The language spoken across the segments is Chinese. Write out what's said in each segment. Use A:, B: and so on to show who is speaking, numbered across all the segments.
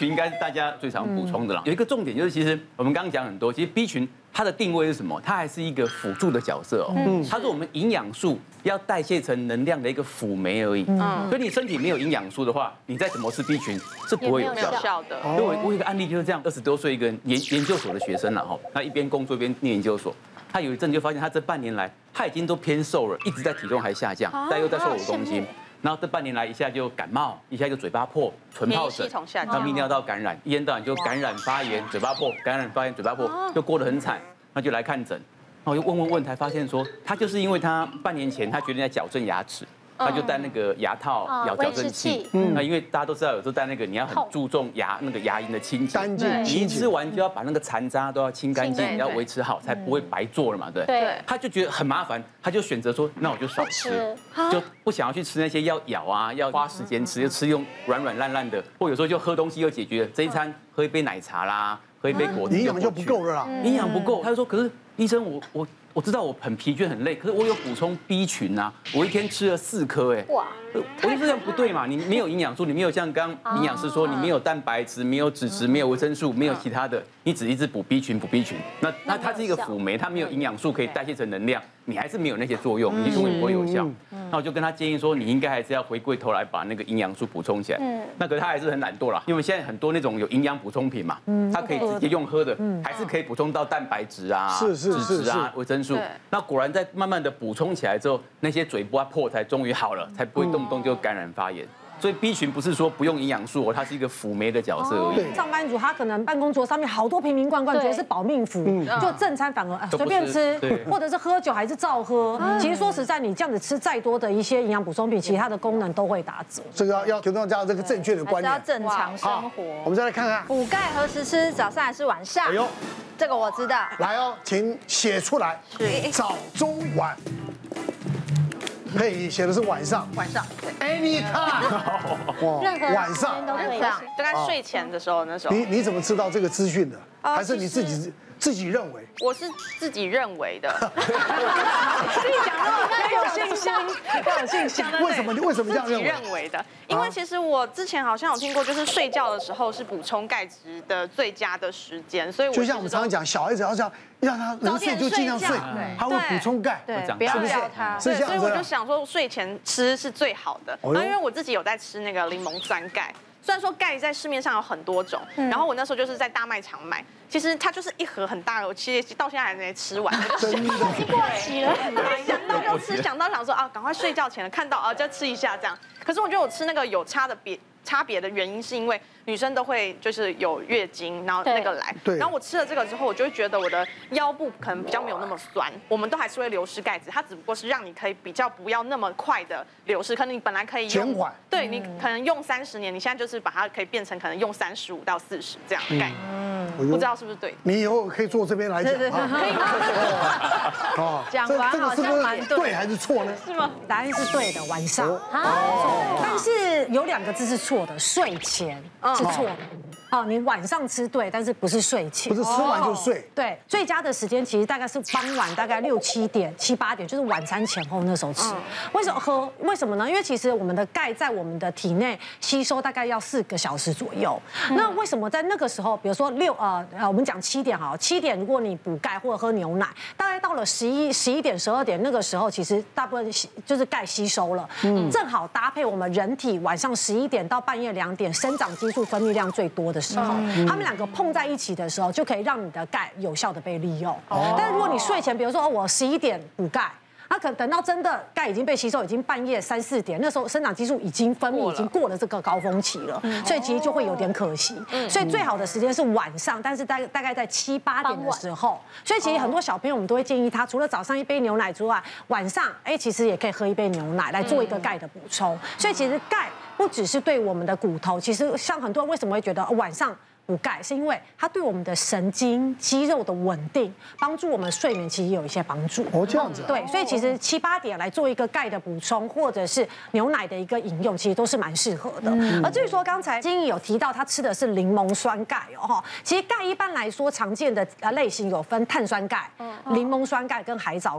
A: 群应该是大家最常补充的啦。有一个重点就是，其实我们刚刚讲很多，其实 B 群它的定位是什么？它还是一个辅助的角色哦。它是我们营养素要代谢成能量的一个辅酶而已。所以你身体没有营养素的话，你再怎么吃 B 群是不会有效的。所以我有一个案例就是这样，20多岁一个研究所的学生了哈，他一边工作一边念研究所。他有一阵就发现，他这半年来他已经都偏瘦了，一直在体重还下降，但又在瘦5公斤。然后这半年来一下就感冒，一下就嘴巴破、唇疱疹，到泌尿道感染，一天到晚就感染发炎、嘴巴破、感染发炎、嘴巴破，就过得很惨。那就来看诊，然后就问，才发现说他就是因为他半年前他决定在矫正牙齿。他就戴那个牙套、矫正器。那因为大家都知道，有时候戴那个你要很注重牙龈的清洁，你一吃完就要把那个残渣都要清干净，你要维持好，才不会白做了嘛，对。他就觉得很麻烦，他就选择说，那我就少吃，就不想要去吃那些要咬啊，要花时间吃，就吃用软烂的，或有时候就喝东西就解决了。这一餐喝一杯奶茶啦，喝一杯果汁，
B: 营养就不够了啦。
A: 营养不够，他就说，可是医生我知道我很疲倦很累，可是我有补充 B 群啊，我一天吃了4颗，哎，哇，我就这样不对嘛，你没有营养素，你没有像刚营养师说，你没有蛋白质，没有脂质，没有维生素，没有其他的，你只一直补 B 群，那它是一个辅酶，它没有营养素可以代谢成能量，你还是没有那些作用，你永远不会有效。那我就跟他建议说，你应该还是要回归头来把那个营养素补充起来。那可是他还是很懒惰啦，因为现在很多那种有营养补充品嘛，它可以直接用喝的，还是可以补充到蛋白质啊、脂质啊、维生素。那果然在慢慢的补充起来之后，那些嘴巴破才终于好了，才不会动不动就感染发炎。所以 B 群不是说不用营养素哦，它是一个辅酶的角色而已。
C: 上班族他可能办公桌上面好多瓶瓶罐罐，觉得是保命符，就正餐反而随便吃，或者是喝酒还是照喝。其实说实在，你这样子吃再多的一些营养补充品，其实它的功能都会打折。
B: 这个要提供大家这个正确的观念，
D: 要正常生活。
B: 我们再来看看
D: 补钙何时吃？早上还是晚上？哎呦，这个我知道。
B: 来哦，请写出来。早、中、晚。佩仪写的是晚上，anytime，
D: 任何
B: 晚上
D: 都可以，
E: 就在睡前的时候，那时候。
B: 你怎么知道这个资讯的？还是你自己认为？
E: 我是自己认为的。
C: 自己讲的要有信心，要有信心。
B: 为什么这样
E: 认为？自己认为的，因为其实我之前好像有听过，就是睡觉的时候是补充钙质的最佳的时间，所以我
B: 就像我们常常讲，小孩子要让他能睡就尽量睡，他会补充钙，
D: 对，不要叫他。
E: 对，所以我就想说睡前吃是最好的。然后因为我自己有在吃那个柠檬酸钙。虽然说钙在市面上有很多种，然后我那时候就是在大卖场买，其实它就是一盒很大的，我其实到现在还没吃完，
B: 真的
D: 过期了。
E: 想到就吃，想到想说啊，赶快睡觉前了看到啊就吃一下这样。可是我觉得我吃那个有差别的原因是因为女生都会就是有月经，然后那个来，然后我吃了这个之后，我就会觉得我的腰部可能比较没有那么酸。我们都还是会流失钙质，它只不过是让你可以比较不要那么快的流失，可能你本来可以
B: 减缓，
E: 对你可能用30年，你现在就是把它可以变成可能用35到40这样的概念。不知道是不是对？
B: 你以后可以坐这边来讲，可以
E: 吗？
B: 哦，
D: 讲完好像蛮
B: 对还是错呢？
E: 是吗？
C: 答案是对的，晚上。但是有2个字是错的，睡前是错的。哦，你晚上吃对，但是不是睡前，
B: 不是吃完就睡。
C: 对，最佳的时间其实大概是傍晚，大概6、7点、7、8点，就是晚餐前后那时候吃。为什么呢？因为其实我们的钙在我们的体内吸收大概要4个小时左右。那为什么在那个时候，比如说我们讲7点好，7点如果你补钙或者喝牛奶，大概到了11点、12点那个时候，其实大部分就是钙吸收了，正好搭配我们人体晚上11点到半夜2点生长激素分泌量最多的时候，他们2个碰在一起的时候，就可以让你的钙有效的被利用。但是如果你睡前，比如说我11点补钙，那可能等到真的钙已经被吸收，已经半夜3、4点，那时候生长激素已经分泌，已经过了这个高峰期了，所以其实就会有点可惜。所以最好的时间是晚上，但是大概在7、8点的时候。所以其实很多小朋友我们都会建议他，除了早上1杯牛奶之外，晚上其实也可以喝1杯牛奶来做一个钙的补充。所以其实钙不只是对我们的骨头，其实像很多人为什么会觉得晚上补钙，是因为它对我们的神经肌肉的稳定，帮助我们睡眠，其实有一些帮助。
B: 哦，这样子。
C: 对，所以其实7、8点来做一个钙的补充，或者是牛奶的一个饮用，其实都是蛮适合的。而至于说刚才金怡有提到他吃的是柠檬酸钙哦，其实钙一般来说常见的类型有分碳酸钙、柠檬酸钙跟海藻钙。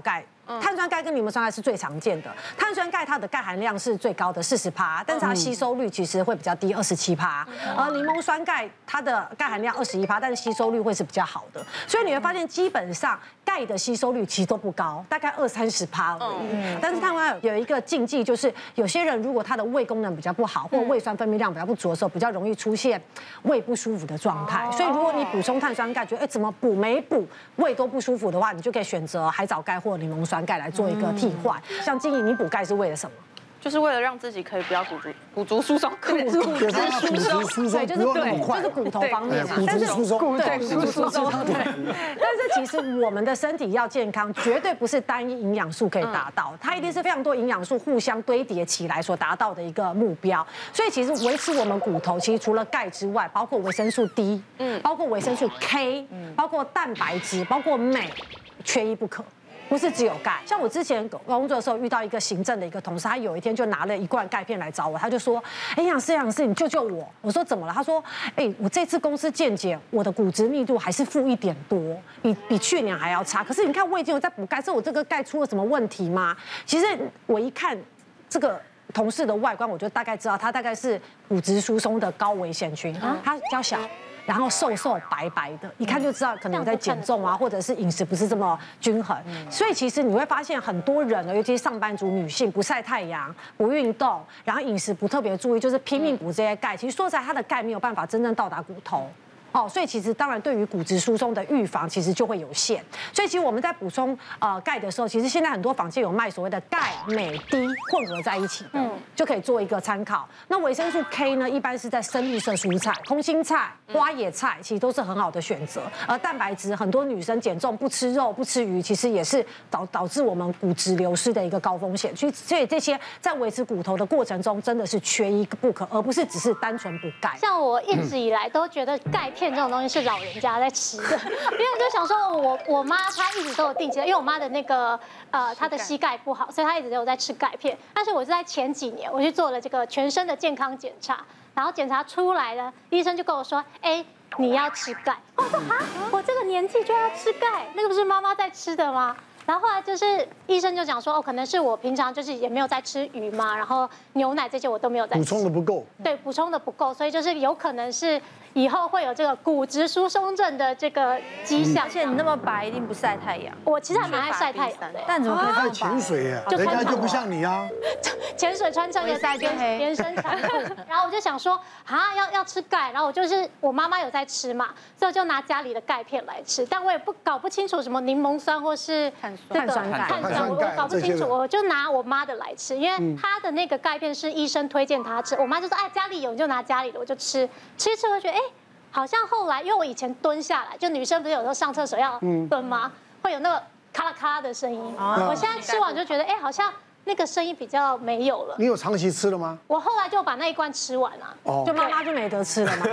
C: 碳酸钙跟柠檬酸钙是最常见的。碳酸钙它的钙含量是最高的40%，但是它吸收率其实会比较低27%。而柠檬酸钙它的钙含量21%，但是吸收率会是比较好的。所以你会发现，基本上钙的吸收率其实都不高，大概20-30%而已。但是碳酸钙有一个禁忌，就是有些人如果他的胃功能比较不好，或胃酸分泌量比较不足的时候，比较容易出现胃不舒服的状态。所以如果你补充碳酸钙，觉得怎么补没补，胃都不舒服的话，你就可以选择海藻钙或柠檬酸钙来做一个替换。像静怡，你补钙是为了什么？
E: 就是为了让自己可以不要骨质疏松，
B: 骨质疏松，
C: 对，就是骨头方面嘛。但是骨质疏松，对。但是其实我们的身体要健康，绝对不是单一营养素可以达到，它一定是非常多营养素互相堆叠起来所达到的一个目标。所以其实维持我们骨头，其实除了钙之外，包括维生素 D， 包括维生素 K， 包括蛋白质，包括镁，缺一不可。不是只有钙，像我之前工作的时候遇到一个行政的一个同事，他有一天就拿了1罐钙片来找我，他就说：“营养师，你救救我！”我说：“怎么了？”他说：“我这次公司健检，我的骨质密度还是负1点多，比去年还要差。可是你看我已经有在补钙，是我这个钙出了什么问题吗？”其实我一看这个同事的外观，我就大概知道他大概是骨质疏松的高危险群，他比较小。然后瘦白白的，一看就知道可能在减重啊，或者是饮食不是这么均衡。所以其实你会发现很多人，尤其是上班族女性，不晒太阳、不运动，然后饮食不特别注意，就是拼命补这些钙。其实说实在，它的钙没有办法真正到达骨头。所以其实当然对于骨质疏松的预防，其实就会有限。所以其实我们在补充钙的时候，其实现在很多坊间有卖所谓的钙、镁、D 混合在一起的，就可以做一个参考。那维生素 K 呢，一般是在深绿色蔬菜、空心菜、花野菜，其实都是很好的选择。而蛋白质，很多女生减重不吃肉、不吃鱼，其实也是导致我们骨质流失的一个高风险。所以这些在维持骨头的过程中，真的是缺一不可，而不是只是单纯补钙。
F: 像我一直以来都觉得钙片这种东西是老人家在吃的，因为就想说我妈她一直都有定期的，因为我妈的那个她的膝盖不好，所以她一直都有在吃钙片。但是我是在前几年我去做了这个全身的健康检查，然后检查出来了，医生就跟我说，你要吃钙。我说啊，我这个年纪就要吃钙，那个不是妈妈在吃的吗？然后后来就是医生就讲说，可能是我平常就是也没有在吃鱼嘛，然后牛奶这些我都没有在吃，
B: 补充的不够。
F: 对，补充的不够，所以就是有可能是以后会有这个骨质疏松症的这个迹象。
D: 而且你那么白，一定不晒太阳。
F: 我其实还蛮爱晒太阳的，
D: 但怎么可以
B: 还潜水呀？人家就不像你啊，
F: 潜水穿上就边身长裤，然后我就想说要吃钙，然后我妈妈有在吃嘛，所以我就拿家里的钙片来吃，但我也搞不清楚什么柠檬酸或是
C: 碳酸钙，
F: 我搞不清楚，我就拿我妈的来吃，因为她的那个钙片是医生推荐她吃，我妈就说家里有你就拿家里的，我就吃，我就觉得好像后来因为我以前蹲下来，就女生不是有时候上厕所要蹲吗？会有那个咔啦咔啦的声音，我现在吃完就觉得好像那个声音比较没有了。
B: 你有长期吃了吗？
F: 我后来就把那一罐吃完了，
C: 就妈妈就没得吃了嘛。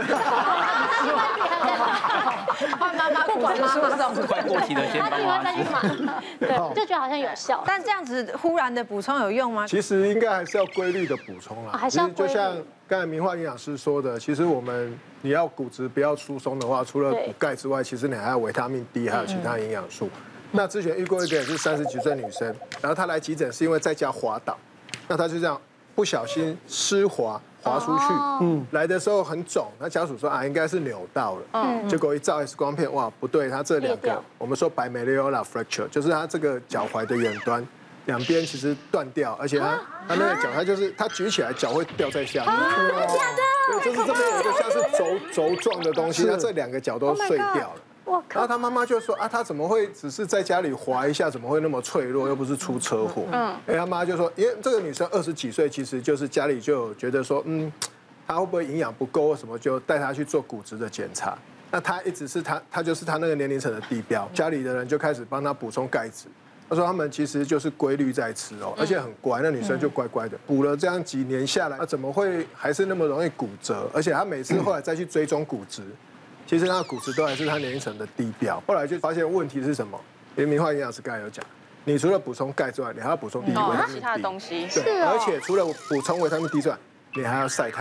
D: 妈妈不管妈妈这种
A: 快过期的先帮妈妈吃。
F: 对，就觉得好像有效。
D: 但这样子忽然的补充有用吗？
G: 其实应该还是要规律的补充啦。
F: 还是要
G: 就像刚才明化营养师说的，其实你要骨质不要疏松的话，除了补钙之外，其实你还要维他命 D， 还有其他营养素。那之前遇过一个也是30几岁女生，然后她来急诊是因为在家滑倒，那她就这样不小心湿滑出去，来的时候很肿，那家属说应该是扭到了，结果一照 X 光片，哇不对，她这2个我们说 bimalleolar fracture， 就是她这个脚踝的远端2边其实断掉，而且她那个脚她举起来脚会掉在下面，
F: 真的假的？
G: 对，就是这边有一个像是轴状的东西，那这2个脚都碎掉了。然后他妈妈就说他怎么会只是在家里滑一下，怎么会那么脆弱，又不是出车祸。他妈就说，因为这个女生20几岁，其实就是家里就有觉得说，她会不会营养不够什么，就带她去做骨质的检查。那她一直是她就是她那个年龄层的地标，家里的人就开始帮她补充钙质。他说他们其实就是规律在吃而且很乖，那女生就乖乖的补了这样几年下来，怎么会还是那么容易骨折？而且她每次后来再去追踪骨质。其实他的骨质都还是他年龄层的低标，后来就发现问题是什么？因为明化营养师刚才有讲，你除了补充钙之外，你还要补充维他命 D，
E: 其他的东西。
G: 对，而且除了补充维他命 D 之外，你还要晒太阳。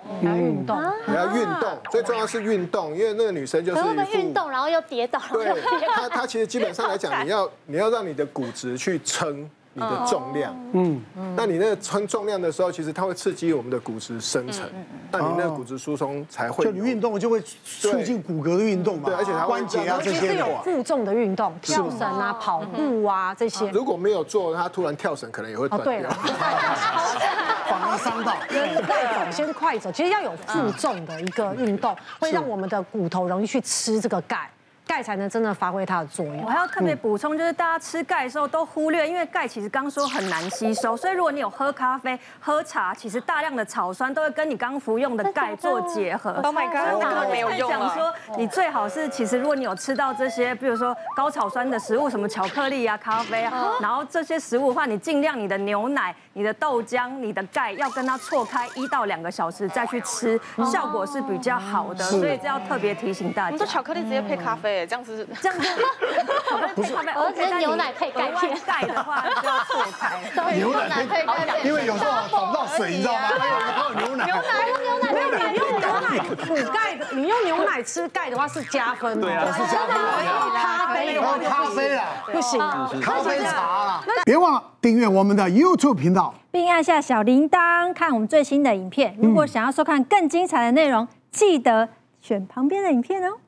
C: 还要运动，
G: 还要运动，最重要是运动，因为那个女生就是
F: 运动，然后又跌倒。
G: 对，她其实基本上来讲，你要让你的骨质去撑你的重量，那你那个撑重量的时候，其实它会刺激我们的骨质生成，那你那个骨质疏松才会。
B: 就你运动就会促进骨骼的运动嘛，
G: 对，而且它
B: 关节啊这些
C: 有负重的运动，跳绳啊、跑步啊这些。
G: 如果没有做，他突然跳绳可能也会断掉。
B: 反而伤到。
C: 快走，先快走，其实要有负重的一个运动，会让我们的骨头容易去吃这个钙。钙才能真的发挥它的作用。
H: 我还要特别补充，就是大家吃钙的时候都忽略，因为钙其实刚说很难吸收，所以如果你有喝咖啡、喝茶，其实大量的草酸都会跟你刚服用的钙做结合。
E: Oh my god， 根本没有用
H: 讲说你最好是，其实如果你有吃到这些，比如说高草酸的食物，什么巧克力啊、咖啡啊，然后这些食物的话，你尽量你的牛奶、你的豆浆、你的钙要跟它错开1到2个小时再去吃，效果是比较好的。所以这要特别提醒大家。
E: 你说巧克力直接配咖啡。这样子，
H: 不是，
F: 我只是牛奶配钙片，
H: 钙的话就要错开。
B: 牛奶配钙片，因为有时候找不到水，你知道吗？有牛奶，
C: 没有你用牛奶补钙的，你用牛奶吃钙的话是加分，
B: 对啊，是加分。咖啡啊，
C: 不行，
B: 咖啡茶啦。别忘了订阅我们的 YouTube 频道，
I: 并按下小铃铛看我们最新的影片。如果想要收看更精彩的内容，记得选旁边的影片哦。